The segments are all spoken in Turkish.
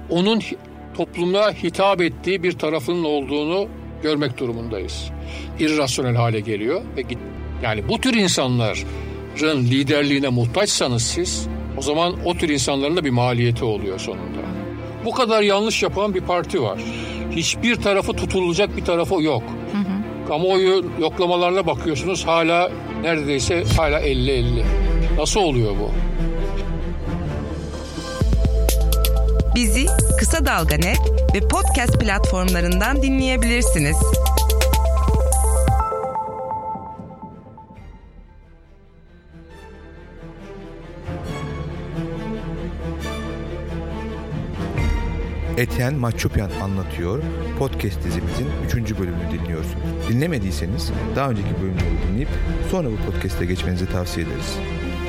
onun topluma hitap ettiği bir tarafının olduğunu görmek durumundayız. İrrasyonel hale geliyor ve yani bu tür insanların liderliğine muhtaçsanız siz, o zaman o tür insanların da bir maliyeti oluyor sonunda. Bu kadar yanlış yapan bir parti var. Hiçbir tarafı tutulacak bir tarafı yok. Kamuoyu yoklamalarına bakıyorsunuz, hala neredeyse 50-50. Nasıl oluyor bu? Bizi Kısa Dalga Net ve podcast platformlarından dinleyebilirsiniz. Etienne Machopian anlatıyor. Podcast dizimizin 3. bölümünü dinliyorsunuz. Dinlemediyseniz daha önceki bölümleri dinleyip sonra bu podcast'e geçmenizi tavsiye ederiz.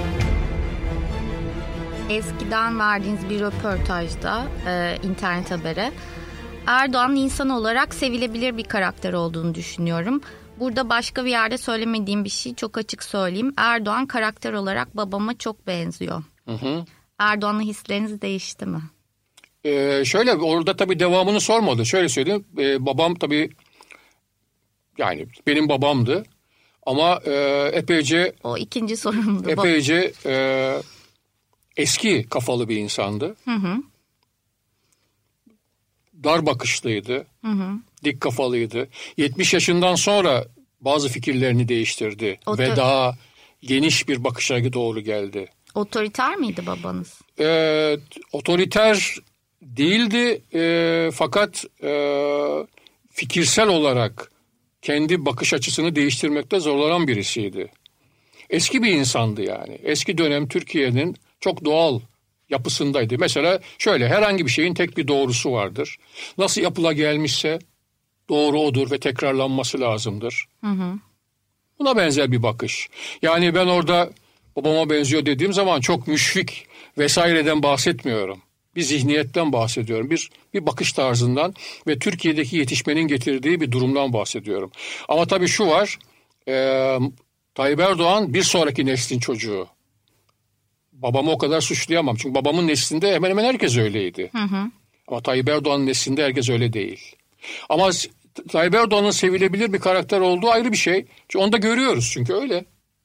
Eskiden verdiğiniz bir röportajda internet habere Erdoğan'ın insan olarak sevilebilir bir karakter olduğunu düşünüyorum. Burada başka bir yerde söylemediğim bir şey çok açık söyleyeyim. Erdoğan karakter olarak babama çok benziyor. Erdoğan'la hisleriniz değişti mi? Şöyle, orada tabii devamını sormadı. Şöyle söyleyeyim. Babam tabii, yani benim babamdı. Ama epeyce... O ikinci sorumdu. Epeyce eski kafalı bir insandı. Dar bakışlıydı. Dik kafalıydı. 70 yaşından sonra bazı fikirlerini değiştirdi. Ve daha geniş bir bakışa doğru geldi. Otoriter miydi babanız? Otoriter değildi, fakat fikirsel olarak kendi bakış açısını değiştirmekte zorlanan birisiydi. Eski bir insandı yani. Eski dönem Türkiye'nin çok doğal yapısındaydı. Mesela şöyle, herhangi bir şeyin tek bir doğrusu vardır. Nasıl yapıla gelmişse doğru odur ve tekrarlanması lazımdır. Buna benzer bir bakış. Yani ben orada babama benziyor dediğim zaman çok müşfik vesaireden bahsetmiyorum. Bir zihniyetten bahsediyorum. Bir bakış tarzından ve Türkiye'deki yetişmenin getirdiği bir durumdan bahsediyorum. Ama tabii şu var, Tayyip Erdoğan bir sonraki neslin çocuğu. Babamı o kadar suçlayamam. Çünkü babamın neslinde hemen hemen herkes öyleydi. Ama Tayyip Erdoğan'ın neslinde herkes öyle değil. Ama Tayyip Erdoğan'ın sevilebilir bir karakter olduğu ayrı bir şey. Çünkü onu da görüyoruz, çünkü öyle.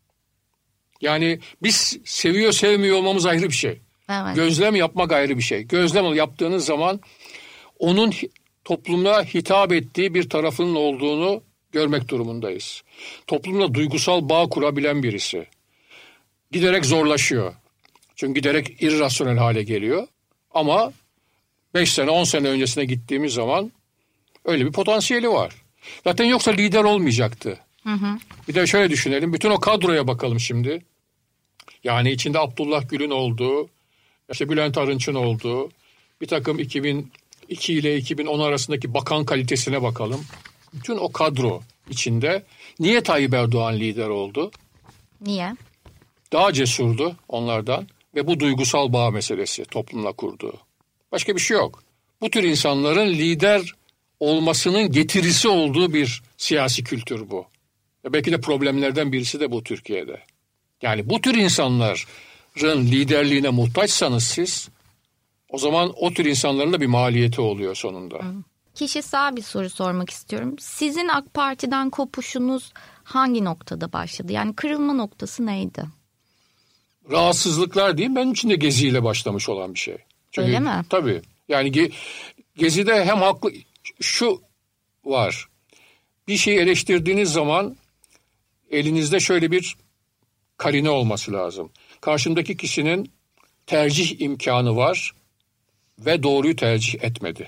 Yani biz seviyor sevmiyor olmamız ayrı bir şey. Evet. Gözlem yapmak ayrı bir şey. Gözlem yaptığınız zaman onun topluma hitap ettiği bir tarafının olduğunu görmek durumundayız. Toplumla duygusal bağ kurabilen birisi. Giderek zorlaşıyor. Çünkü giderek irrasyonel hale geliyor. Ama 5 sene 10 sene öncesine gittiğimiz zaman öyle bir potansiyeli var. Zaten yoksa lider olmayacaktı. Bir de şöyle düşünelim. Bütün o kadroya bakalım şimdi. Yani içinde Abdullah Gül'ün olduğu, işte Bülent Arınç'ın olduğu, bir takım 2002 ile 2010 arasındaki bakan kalitesine bakalım. Bütün o kadro içinde niye Tayyip Erdoğan lider oldu? Niye? Daha cesurdu onlardan ve bu duygusal bağ meselesi toplumla kurduğu. Başka bir şey yok. Bu tür insanların lider olmasının getirisi olduğu bir siyasi kültür bu. Ve belki de problemlerden birisi de bu Türkiye'de. Yani bu tür insanların liderliğine muhtaçsanız siz, o zaman o tür insanların da bir maliyeti oluyor sonunda. Kişisel bir soru sormak istiyorum. Sizin AK Parti'den kopuşunuz hangi noktada başladı? Yani kırılma noktası neydi? Rahatsızlıklar diyeyim, benim için de Gezi ile başlamış olan bir şey. Çünkü, öyle mi? Tabii. Yani Gezi'de hem haklı, şu var. Bir şeyi eleştirdiğiniz zaman elinizde şöyle bir karine olması lazım. Karşımdaki kişinin tercih imkanı var ve doğruyu tercih etmedi.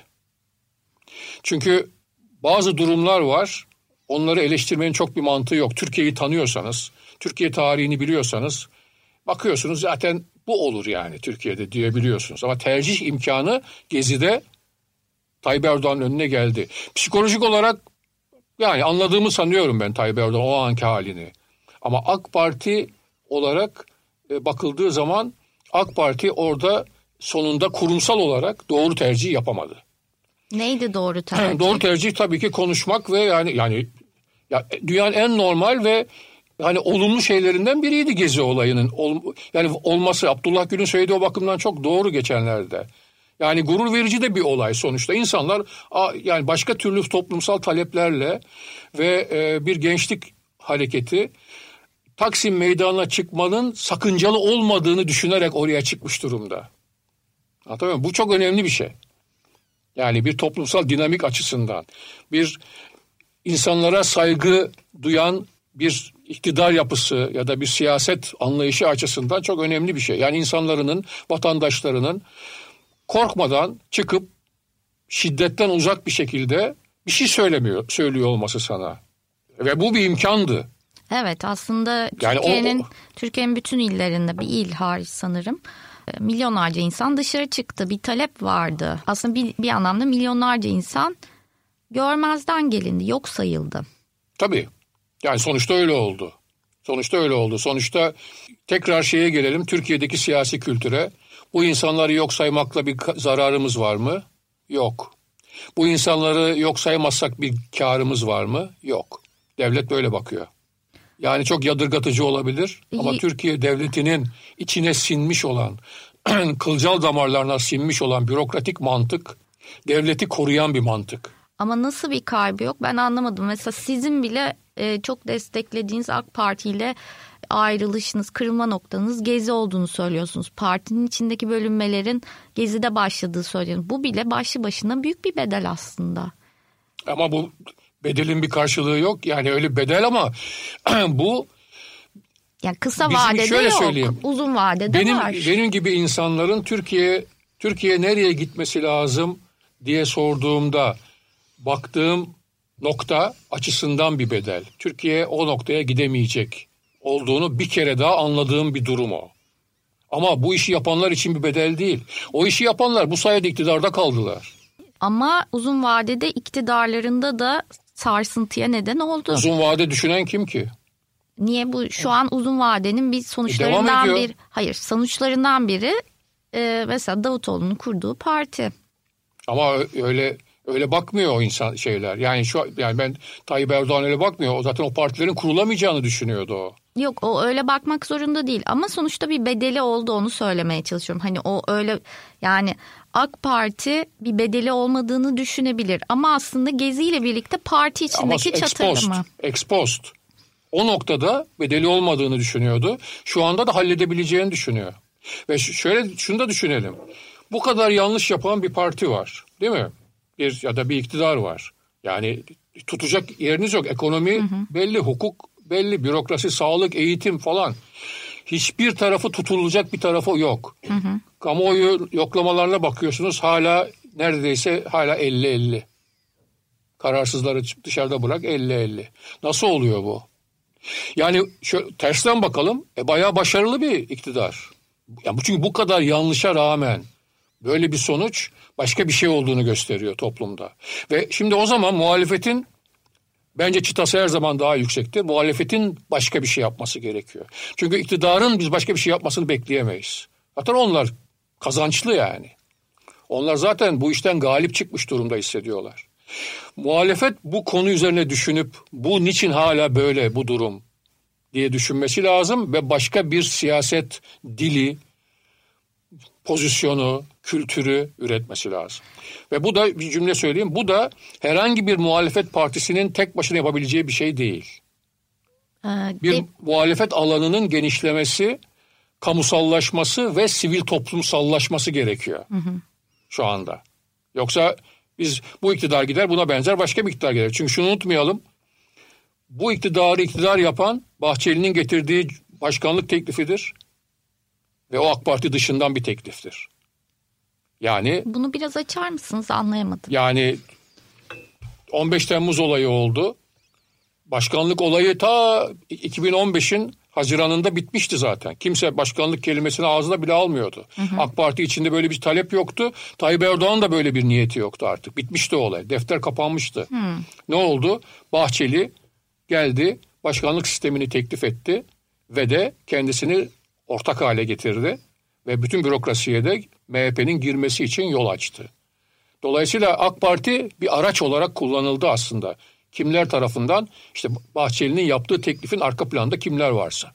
Çünkü bazı durumlar var, onları eleştirmenin çok bir mantığı yok. Türkiye'yi tanıyorsanız, Türkiye tarihini biliyorsanız bakıyorsunuz zaten bu olur yani Türkiye'de diyebiliyorsunuz. Ama tercih imkanı Gezi'de Tayyip Erdoğan'ın önüne geldi. Psikolojik olarak yani anladığımı sanıyorum ben Tayyip Erdoğan o anki halini. Ama AK Parti olarak bakıldığı zaman AK Parti orada sonunda kurumsal olarak doğru tercih yapamadı. Neydi doğru tercih? Doğru tercih tabii ki konuşmak ve yani dünyanın en normal ve hani olumlu şeylerinden biriydi Gezi olayının. Yani olması, Abdullah Gül'ün söylediği o bakımdan çok doğru geçenlerde. Yani gurur verici de bir olay sonuçta. İnsanlar yani başka türlü toplumsal taleplerle ve bir gençlik hareketi Taksim Meydanı'na çıkmanın sakıncalı olmadığını düşünerek oraya çıkmış durumda. Anlatabiliyor muyum? Bu çok önemli bir şey. Yani bir toplumsal dinamik açısından, bir insanlara saygı duyan bir iktidar yapısı ya da bir siyaset anlayışı açısından çok önemli bir şey. Yani insanların, vatandaşlarının korkmadan çıkıp şiddetten uzak bir şekilde bir şey söylüyor olması sana. Ve bu bir imkandı. Evet, aslında Yani Türkiye'nin bütün illerinde, bir il hariç sanırım, milyonlarca insan dışarı çıktı. Bir talep vardı. Aslında bir anlamda milyonlarca insan görmezden gelindi, yok sayıldı. Tabii. Yani sonuçta öyle oldu. Sonuçta tekrar şeye gelelim, Türkiye'deki siyasi kültüre. Bu insanları yok saymakla bir zararımız var mı? Yok. Bu insanları yok saymazsak bir karımız var mı? Yok. Devlet böyle bakıyor. Yani çok yadırgatıcı olabilir ama Türkiye devletinin içine sinmiş olan, kılcal damarlarına sinmiş olan bürokratik mantık, devleti koruyan bir mantık. Ama nasıl bir kaybı yok ben anlamadım. Mesela sizin bile çok desteklediğiniz AK Parti ile ayrılışınız, kırılma noktanız Gezi olduğunu söylüyorsunuz. Partinin içindeki bölünmelerin Gezi'de başladığı söyleniyor. Bu bile başlı başına büyük bir bedel aslında. Ama bu bedelin bir karşılığı yok. Yani öyle bedel ama bu... Yani kısa vadede yok, söyleyeyim, uzun vadede var. Benim gibi insanların Türkiye nereye gitmesi lazım diye sorduğumda baktığım nokta açısından bir bedel. Türkiye o noktaya gidemeyecek olduğunu bir kere daha anladığım bir durum o. Ama bu işi yapanlar için bir bedel değil. O işi yapanlar bu sayede iktidarda kaldılar. Ama uzun vadede iktidarlarında da sarsıntıya neden oldu. Uzun vade düşünen kim ki? Niye bu şu an uzun vadenin bir sonuçlarından biri? Hayır, sonuçlarından biri mesela Davutoğlu'nun kurduğu parti. Ama öyle bakmıyor o insan şeyler. Yani ben Tayyip Erdoğan öyle bakmıyor. O zaten o partilerin kurulamayacağını düşünüyordu o. Yok, o öyle bakmak zorunda değil ama sonuçta bir bedeli oldu, onu söylemeye çalışıyorum. Hani o öyle, yani AK Parti bir bedeli olmadığını düşünebilir ama aslında Gezi ile birlikte parti içindeki çatırma. Ex-post. O noktada bedeli olmadığını düşünüyordu. Şu anda da halledebileceğini düşünüyor. Ve şunu da düşünelim. Bu kadar yanlış yapan bir parti var, değil mi? Ya da bir iktidar var. Yani tutacak yeriniz yok. Ekonomi belli, hukuk belli, bürokrasi, sağlık, eğitim falan. Hiçbir tarafı tutulacak bir tarafı yok. Kamuoyu yoklamalarına bakıyorsunuz, neredeyse hala 50-50. Kararsızları dışarıda bırak, 50-50. Nasıl oluyor bu? Yani tersten bakalım, bayağı başarılı bir iktidar. Yani çünkü bu kadar yanlışa rağmen böyle bir sonuç başka bir şey olduğunu gösteriyor toplumda. Ve şimdi o zaman muhalefetin bence çıtası her zaman daha yüksektir. Muhalefetin başka bir şey yapması gerekiyor. Çünkü iktidarın biz başka bir şey yapmasını bekleyemeyiz. Zaten onlar kazançlı yani. Onlar zaten bu işten galip çıkmış durumda hissediyorlar. Muhalefet bu konu üzerine düşünüp bu niçin hala böyle bu durum diye düşünmesi lazım ve başka bir siyaset dili, pozisyonu, kültürü üretmesi lazım. Ve bu da bir cümle söyleyeyim. Bu da herhangi bir muhalefet partisinin tek başına yapabileceği bir şey değil. Bir muhalefet alanının genişlemesi, kamusallaşması ve sivil toplumsallaşması gerekiyor şu anda. Yoksa biz bu iktidar gider, buna benzer başka bir iktidar gelir. Çünkü şunu unutmayalım. Bu iktidarı iktidar yapan Bahçeli'nin getirdiği başkanlık teklifidir. Ve o AK Parti dışından bir tekliftir. Yani bunu biraz açar mısınız? Anlayamadım. Yani 15 Temmuz olayı oldu. Başkanlık olayı ta 2015'in Haziran'ında bitmişti zaten. Kimse başkanlık kelimesini ağzına bile almıyordu. AK Parti içinde böyle bir talep yoktu. Tayyip Erdoğan da böyle bir niyeti yoktu artık. Bitmişti olay. Defter kapanmıştı. Ne oldu? Bahçeli geldi, başkanlık sistemini teklif etti ve de kendisini ortak hale getirdi ve bütün bürokrasiye de MHP'nin girmesi için yol açtı. Dolayısıyla AK Parti bir araç olarak kullanıldı aslında. Kimler tarafından? İşte Bahçeli'nin yaptığı teklifin arka planda kimler varsa.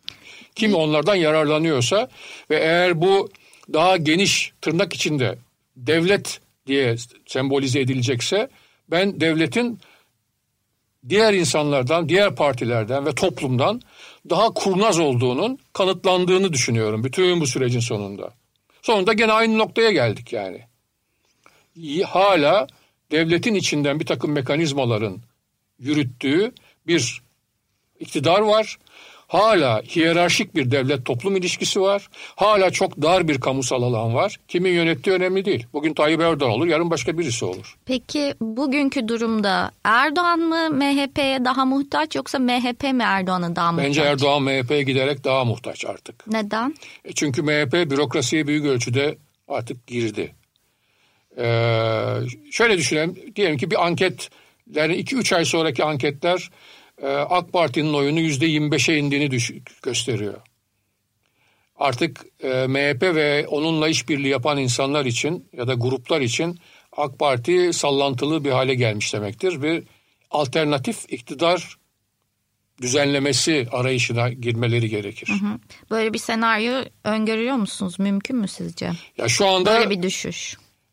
Kim onlardan yararlanıyorsa ve eğer bu daha geniş, tırnak içinde devlet diye sembolize edilecekse ben devletin diğer insanlardan, diğer partilerden ve toplumdan daha kurnaz olduğunun kanıtlandığını düşünüyorum bütün bu sürecin sonunda. Sonunda gene aynı noktaya geldik yani. Hala devletin içinden bir takım mekanizmaların yürüttüğü bir iktidar var. Hala hiyerarşik bir devlet-toplum ilişkisi var. Hala çok dar bir kamusal alan var. Kimin yönettiği önemli değil. Bugün Tayyip Erdoğan olur, yarın başka birisi olur. Peki bugünkü durumda Erdoğan mı MHP'ye daha muhtaç yoksa MHP mi Erdoğan'a daha muhtaç? Bence Erdoğan MHP'ye giderek daha muhtaç artık. Neden? Çünkü MHP bürokrasiye büyük ölçüde artık girdi. Şöyle düşünelim, diyelim ki bir anketlerin 2-3 ay sonraki anketler AK Parti'nin oyunu %25'e indiğini gösteriyor. Artık MHP ve onunla işbirliği yapan insanlar için ya da gruplar için AK Parti sallantılı bir hale gelmiş demektir. Bir alternatif iktidar düzenlemesi arayışına girmeleri gerekir. Hı hı. Böyle bir senaryo öngörüyor musunuz? Mümkün mü sizce? Ya şu anda böyle bir düşüş.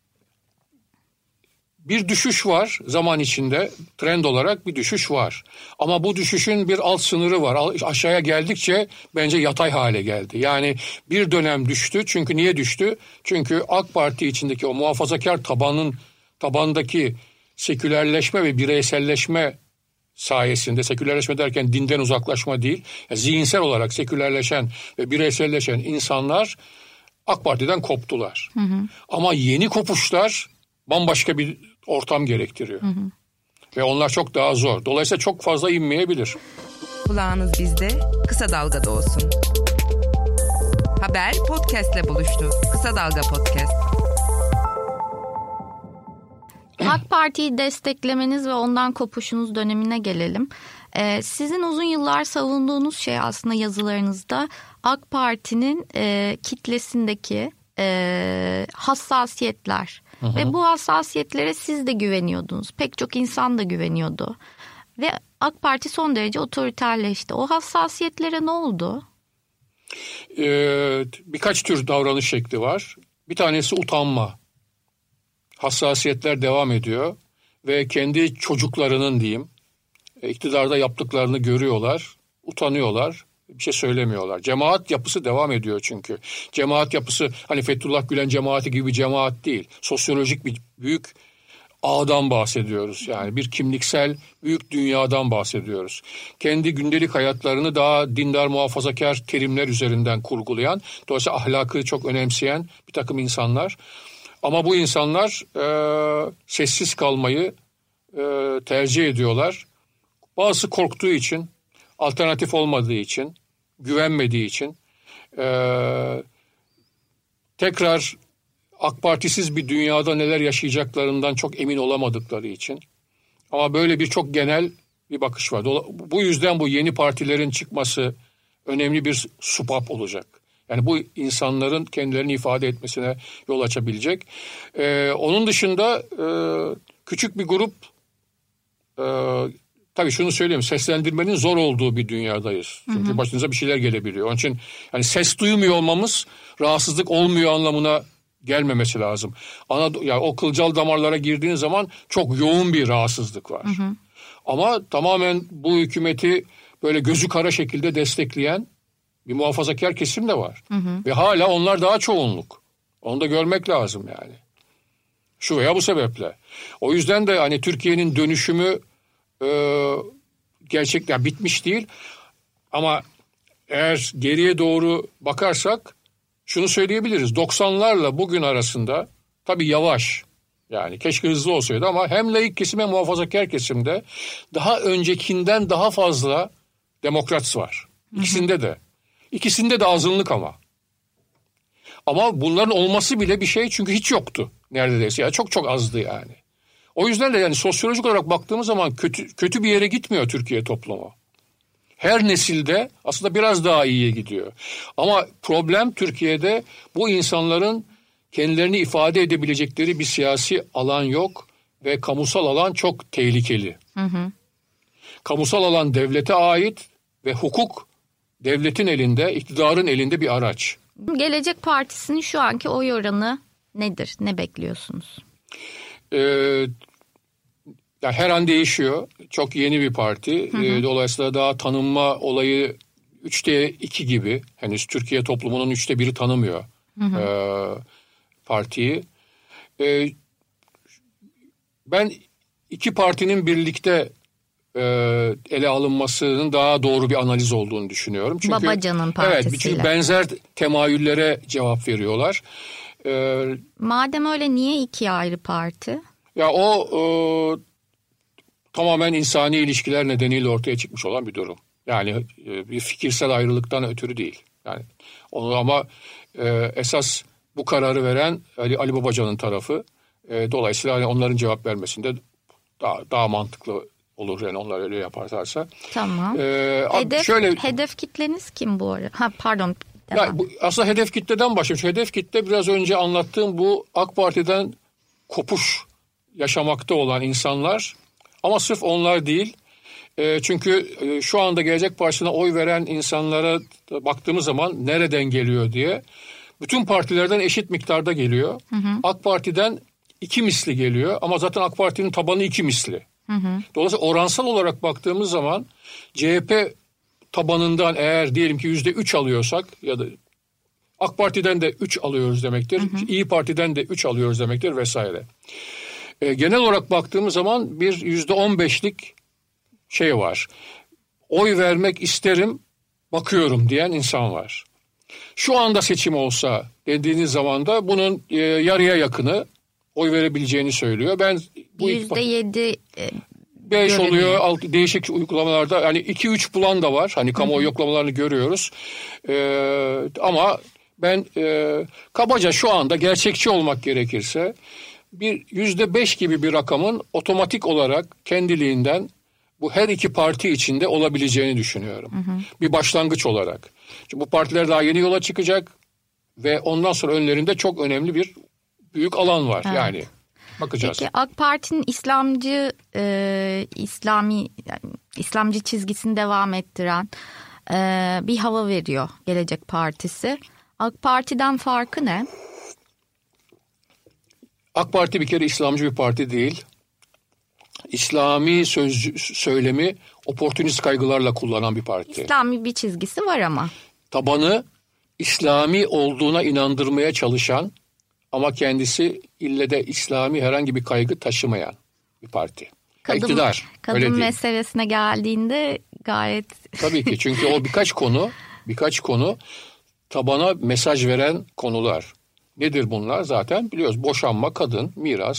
Bir düşüş var zaman içinde, trend olarak bir düşüş var. Ama bu düşüşün bir alt sınırı var. Aşağıya geldikçe bence yatay hale geldi. Yani bir dönem düştü. Çünkü niye düştü? Çünkü AK Parti içindeki o muhafazakar tabandaki sekülerleşme ve bireyselleşme sayesinde, sekülerleşme derken dinden uzaklaşma değil, yani zihinsel olarak sekülerleşen ve bireyselleşen insanlar AK Parti'den koptular. Hı hı. Ama yeni kopuşlar bambaşka bir ortam gerektiriyor. Hı hı. Ve onlar çok daha zor. Dolayısıyla çok fazla inmeyebilir. Kulağınız bizde, Kısa Dalga'da olsun. Haber podcast'le buluştu. Kısa Dalga Podcast. AK Parti'yi desteklemeniz ve ondan kopuşunuz dönemine gelelim. Sizin uzun yıllar savunduğunuz şey aslında yazılarınızda AK Parti'nin kitlesindeki hassasiyetler. Hı hı. Ve bu hassasiyetlere siz de güveniyordunuz. Pek çok insan da güveniyordu. Ve AK Parti son derece otoriterleşti. O hassasiyetlere ne oldu? Birkaç tür davranış şekli var. Bir tanesi utanma. Hassasiyetler devam ediyor. Ve kendi çocuklarının diyeyim, iktidarda yaptıklarını görüyorlar, utanıyorlar. Bir şey söylemiyorlar. Cemaat yapısı devam ediyor çünkü. Cemaat yapısı hani Fethullah Gülen cemaati gibi bir cemaat değil. Sosyolojik bir büyük ağdan bahsediyoruz. Yani bir kimliksel büyük dünyadan bahsediyoruz. Kendi gündelik hayatlarını daha dindar muhafazakar terimler üzerinden kurgulayan, dolayısıyla ahlakı çok önemseyen bir takım insanlar. Ama bu insanlar sessiz kalmayı tercih ediyorlar. Bazısı korktuğu için, alternatif olmadığı için, güvenmediği için, tekrar AK Partisiz bir dünyada neler yaşayacaklarından çok emin olamadıkları için. Ama böyle bir çok genel bir bakış var. Bu yüzden bu yeni partilerin çıkması önemli bir supap olacak. Yani bu insanların kendilerini ifade etmesine yol açabilecek. Onun dışında küçük bir grup, tabii şunu söyleyeyim, seslendirmenin zor olduğu bir dünyadayız. Çünkü başınıza bir şeyler gelebiliyor. Onun için hani ses duymuyor olmamız rahatsızlık olmuyor anlamına gelmemesi lazım. Yani o kılcal damarlara girdiğiniz zaman çok yoğun bir rahatsızlık var. Hı hı. Ama tamamen bu hükümeti böyle gözü kara şekilde destekleyen bir muhafazakar kesim de var. Hı hı. Ve hala onlar daha çoğunluk. Onu da görmek lazım yani. Şu veya bu sebeple. O yüzden de hani Türkiye'nin dönüşümü gerçekten bitmiş değil. Ama eğer geriye doğru bakarsak şunu söyleyebiliriz. 90'larla bugün arasında tabii yavaş, yani keşke hızlı olsaydı ama hem laik kesim hem muhafazakar kesimde daha öncekinden daha fazla demokrat var. İkisinde de. İkisinde de azınlık ama. Ama bunların olması bile bir şey çünkü hiç yoktu neredeyse. Yani çok çok azdı yani. O yüzden de yani sosyolojik olarak baktığımız zaman kötü bir yere gitmiyor Türkiye toplumu. Her nesilde aslında biraz daha iyiye gidiyor. Ama problem Türkiye'de bu insanların kendilerini ifade edebilecekleri bir siyasi alan yok ve kamusal alan çok tehlikeli. Hı hı. Kamusal alan devlete ait ve hukuk devletin elinde, iktidarın elinde bir araç. Gelecek Partisi'nin şu anki oy oranı nedir? Ne bekliyorsunuz? Yani her an değişiyor. Çok yeni bir parti. Dolayısıyla daha tanınma olayı 3'te 2 gibi. Henüz Türkiye toplumunun 3'te 1'i tanımıyor partiyi. Ben iki partinin birlikte ele alınmasının daha doğru bir analiz olduğunu düşünüyorum. Çünkü, Babacan'ın partisiyle. Evet, çünkü benzer temayüllere cevap veriyorlar. Madem öyle niye iki ayrı parti? Ya o tamamen insani ilişkiler nedeniyle ortaya çıkmış olan bir durum. Yani bir fikirsel ayrılıktan ötürü değil. Yani onu ama esas bu kararı veren Ali Babacan'ın tarafı. Dolayısıyla hani onların cevap vermesinde daha mantıklı olur yani onlar öyle yaparlarsa. Tamam. Hedef kitleniz kim bu arada? Pardon. Ya, aslında hedef kitleden başlıyor. Hedef kitle biraz önce anlattığım bu AK Parti'den kopuş yaşamakta olan insanlar. Ama sırf onlar değil. Çünkü şu anda Gelecek Partisi'ne oy veren insanlara baktığımız zaman nereden geliyor diye. Bütün partilerden eşit miktarda geliyor. AK Parti'den 2 misli geliyor ama zaten AK Parti'nin tabanı 2 misli. Dolayısıyla oransal olarak baktığımız zaman CHP tabanından eğer diyelim ki %3 alıyorsak ya da AK Parti'den de 3 alıyoruz demektir. İYİ Parti'den de 3 alıyoruz demektir vesaire. Genel olarak baktığımız zaman bir %15'lik şey var. Oy vermek isterim, bakıyorum diyen insan var. Şu anda seçim olsa dediğiniz zaman da bunun yarıya yakını oy verebileceğini söylüyor. Ben bu %7 5 oluyor değişik uygulamalarda yani 2-3 bulan da var. Hani kamuoyu yoklamalarını görüyoruz. Ama ben kabaca şu anda gerçekçi olmak gerekirse bir %5 gibi bir rakamın otomatik olarak kendiliğinden bu her iki parti içinde olabileceğini düşünüyorum. Bir başlangıç olarak. Çünkü bu partiler daha yeni yola çıkacak ve ondan sonra önlerinde çok önemli bir büyük alan var. Evet. Yani bakacağız. Peki AK Parti'nin İslamcı çizgisini devam ettiren bir hava veriyor Gelecek Partisi. AK Parti'den farkı ne? AK Parti bir kere İslamcı bir parti değil. İslami söylemi oportunist kaygılarla kullanan bir parti. İslami bir çizgisi var ama. Tabanı İslami olduğuna inandırmaya çalışan ama kendisi ille de İslami herhangi bir kaygı taşımayan bir parti. Kadın meselesine geldiğinde gayet... Tabii ki çünkü o birkaç konu tabana mesaj veren konular. Nedir bunlar? Zaten biliyoruz. Boşanma, kadın, miras.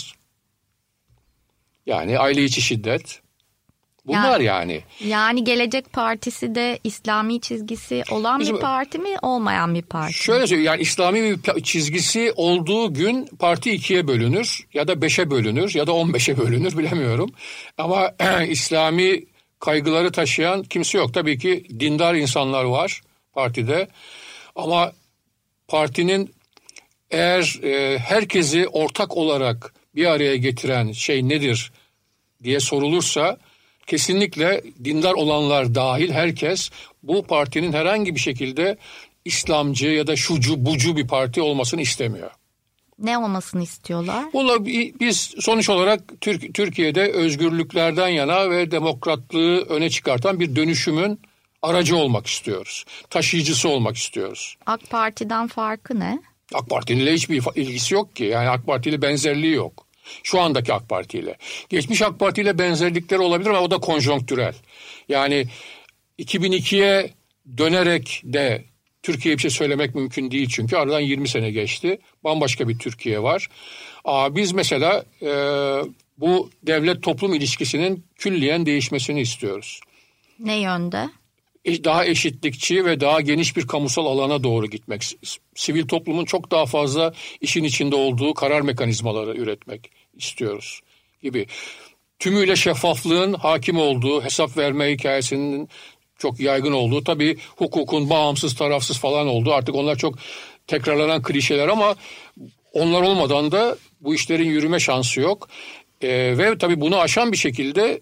Yani aile içi şiddet. Bunlar yani. Yani Gelecek Partisi de İslami çizgisi olan bir parti mi, olmayan bir parti? Şöyle söyleyeyim, yani İslami bir çizgisi olduğu gün parti 2'ye bölünür ya da 5'e bölünür ya da 15'e bölünür bilemiyorum. Ama İslami kaygıları taşıyan kimse yok. Tabii ki dindar insanlar var partide ama partinin eğer herkesi ortak olarak bir araya getiren şey nedir diye sorulursa kesinlikle dindar olanlar dahil herkes bu partinin herhangi bir şekilde İslamcı ya da şucu bucu bir parti olmasını istemiyor. Ne olmasını istiyorlar? Biz sonuç olarak Türkiye'de özgürlüklerden yana ve demokratlığı öne çıkartan bir dönüşümün aracı olmak istiyoruz. Taşıyıcısı olmak istiyoruz. AK Parti'den farkı ne? AK Parti'yle hiçbir ilgisi yok ki. Yani AK Parti ile benzerliği yok. Şu andaki AK Parti ile. Geçmiş AK Parti ile benzerlikleri olabilir ama o da konjonktürel. Yani 2002'ye dönerek de Türkiye'ye bir şey söylemek mümkün değil çünkü aradan 20 sene geçti. Bambaşka bir Türkiye var. Biz mesela bu devlet toplum ilişkisinin külliyen değişmesini istiyoruz. Ne yönde? Daha eşitlikçi ve daha geniş bir kamusal alana doğru gitmek. Sivil toplumun çok daha fazla işin içinde olduğu karar mekanizmaları üretmek istiyoruz gibi. Tümüyle şeffaflığın hakim olduğu, hesap verme hikayesinin çok yaygın olduğu, tabii hukukun bağımsız, tarafsız falan olduğu, artık onlar çok tekrarlanan klişeler ama onlar olmadan da bu işlerin yürüme şansı yok. Ve tabii bunu aşan bir şekilde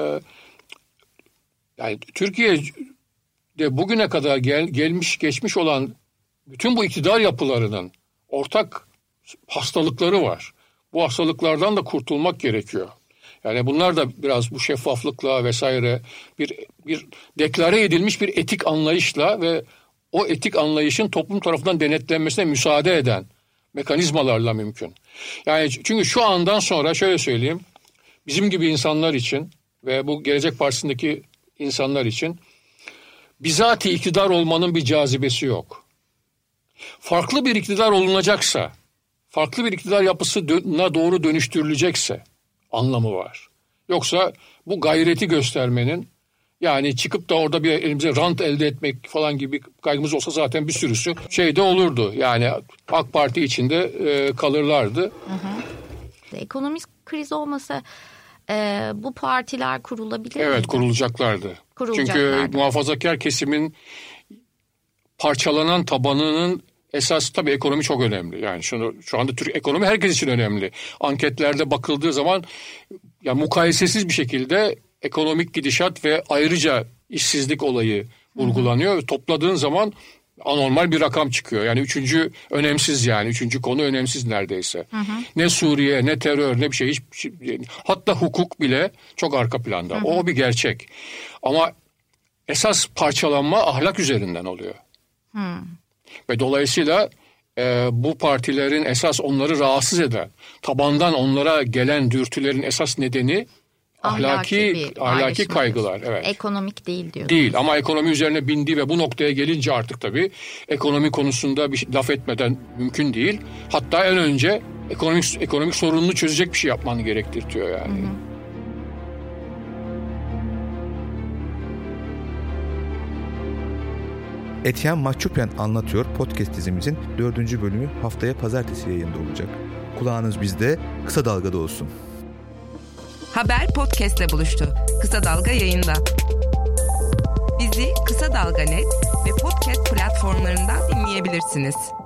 yani Türkiye'de bugüne kadar geçmiş olan bütün bu iktidar yapılarının ortak hastalıkları var. Bu hastalıklardan da kurtulmak gerekiyor. Yani bunlar da biraz bu şeffaflıkla vesaire bir deklare edilmiş bir etik anlayışla ve o etik anlayışın toplum tarafından denetlenmesine müsaade eden mekanizmalarla mümkün. Yani çünkü şu andan sonra şöyle söyleyeyim, bizim gibi insanlar için ve bu Gelecek Partisi'ndeki insanlar için bizatihi iktidar olmanın bir cazibesi yok. Farklı bir iktidar olunacaksa, farklı bir iktidar yapısına doğru dönüştürülecekse anlamı var. Yoksa bu gayreti göstermenin, yani çıkıp da orada bir elimize rant elde etmek falan gibi kaygımız olsa zaten bir sürüsü şeyde olurdu. Yani AK Parti içinde kalırlardı. Ekonomik kriz olmasa bu partiler kurulabilir miydi? Evet, kurulacaklardı. Çünkü muhafazakar kesimin parçalanan tabanının esas tabii ekonomi çok önemli. Yani şu anda Türk ekonomi herkes için önemli. Anketlerde bakıldığı zaman ya mukayesesiz bir şekilde ekonomik gidişat ve ayrıca işsizlik olayı vurgulanıyor. Topladığın zaman anormal bir rakam çıkıyor. Yani üçüncü konu önemsiz neredeyse. Ne Suriye, ne terör, ne bir şey. Hatta hukuk bile çok arka planda. O bir gerçek. Ama esas parçalanma ahlak üzerinden oluyor. Ve dolayısıyla bu partilerin esas onları rahatsız eden, tabandan onlara gelen dürtülerin esas nedeni ahlaki kaygılar. Evet. Ekonomik değil diyor. Değil ama ekonomi üzerine bindi ve bu noktaya gelince artık tabii ekonomi konusunda bir laf etmeden mümkün değil. Hatta en önce ekonomik sorununu çözecek bir şey yapman gerektirtiyor yani. Etienne Mahçupyan Anlatıyor podcast dizimizin 4. bölümü haftaya pazartesi yayında olacak. Kulağınız bizde, kısa dalgada olsun. Haber podcastle buluştu. Kısa Dalga yayında. Bizi Kısa Dalga.net ve podcast platformlarından dinleyebilirsiniz.